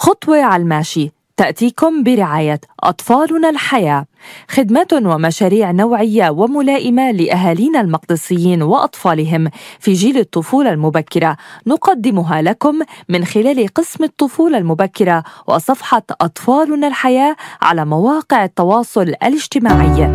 خطوة على الماشي تأتيكم برعاية أطفالنا الحياة، خدمات ومشاريع نوعية وملائمة لأهالينا المقدسيين وأطفالهم في جيل الطفولة المبكرة، نقدمها لكم من خلال قسم الطفولة المبكرة وصفحة أطفالنا الحياة على مواقع التواصل الاجتماعي.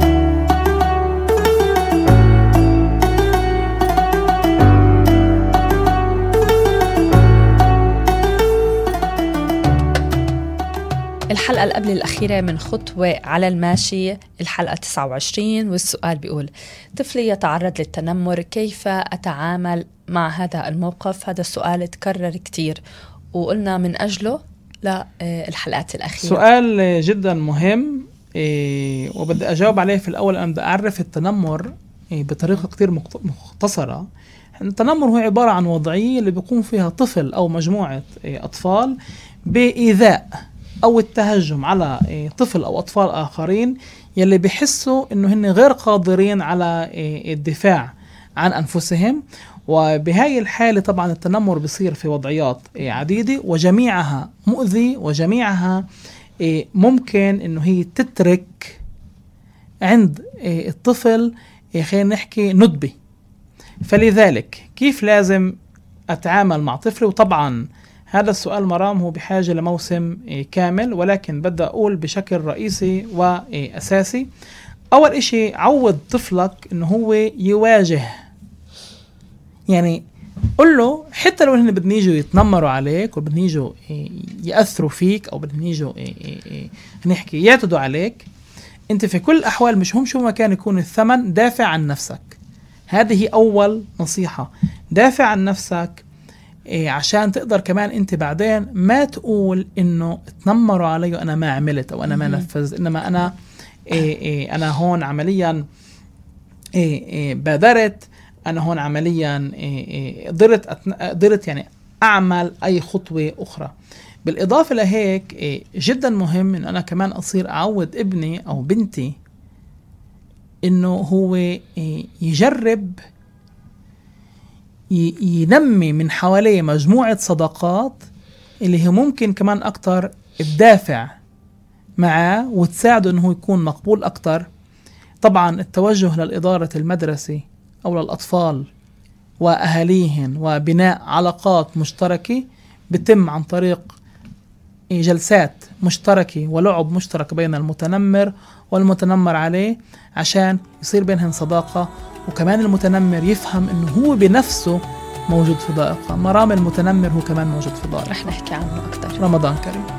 الحلقة اللي قبل الأخيرة من خطوة على الماشي، الحلقة 29، والسؤال بيقول: طفلي يتعرض للتنمر، كيف أتعامل مع هذا الموقف؟ هذا السؤال تكرر كتير وقلنا من أجله للحلقات الأخيرة. سؤال جدا مهم، وبدي أجاوب عليه. في الأول أنا بدي أعرف التنمر بطريقة كتير مختصرة. التنمر هو عبارة عن وضعية اللي بيقوم فيها طفل أو مجموعة أطفال بإيذاء أو التهجم على طفل أو أطفال آخرين يلي بيحسوا إنه هن غير قادرين على الدفاع عن أنفسهم. وبهاي الحالة طبعا التنمر بيصير في وضعيات عديدة، وجميعها مؤذي، وجميعها ممكن إنه هي تترك عند الطفل خلينا نحكي ندبة. فلذلك كيف لازم أتعامل مع طفلي؟ وطبعا هذا السؤال مرام هو بحاجة لموسم كامل، ولكن بدي أقول بشكل رئيسي وأساسي. أول إشي، عود طفلك إنه هو يواجه، يعني قل له حتى لو هن بدهم يجوا يتنمروا عليك وبدهم يجوا يأثروا فيك أو بدهم يجوا نحكي يعتدوا عليك، أنت في كل الأحوال مش هم شو ما كان يكون الثمن، دافع عن نفسك. هذه أول نصيحة، دافع عن نفسك عشان تقدر كمان انت بعدين ما تقول انه تنمروا علي وانا ما عملت او انا ما نفذت، انما انا هون عمليا بادرت، انا هون عمليا قدرت يعني اعمل اي خطوة اخرى. بالاضافة لهيك جدا مهم ان انا كمان اصير اعود ابني او بنتي انه هو يجرب ينمي من حواليه مجموعة صداقات اللي هي ممكن كمان أكتر تدافع معاه وتساعده أنه يكون مقبول أكتر. طبعا التوجه للإدارة المدرسة أو للأطفال وأهاليهن وبناء علاقات مشتركة بتم عن طريق جلسات مشتركة ولعب مشترك بين المتنمر والمتنمر عليه، عشان يصير بينهم صداقة، وكمان المتنمر يفهم انه هو بنفسه موجود في ضائقة. مرام المتنمر هو كمان موجود في ضائقة. رح نحكي عنه أكتر. رمضان كريم.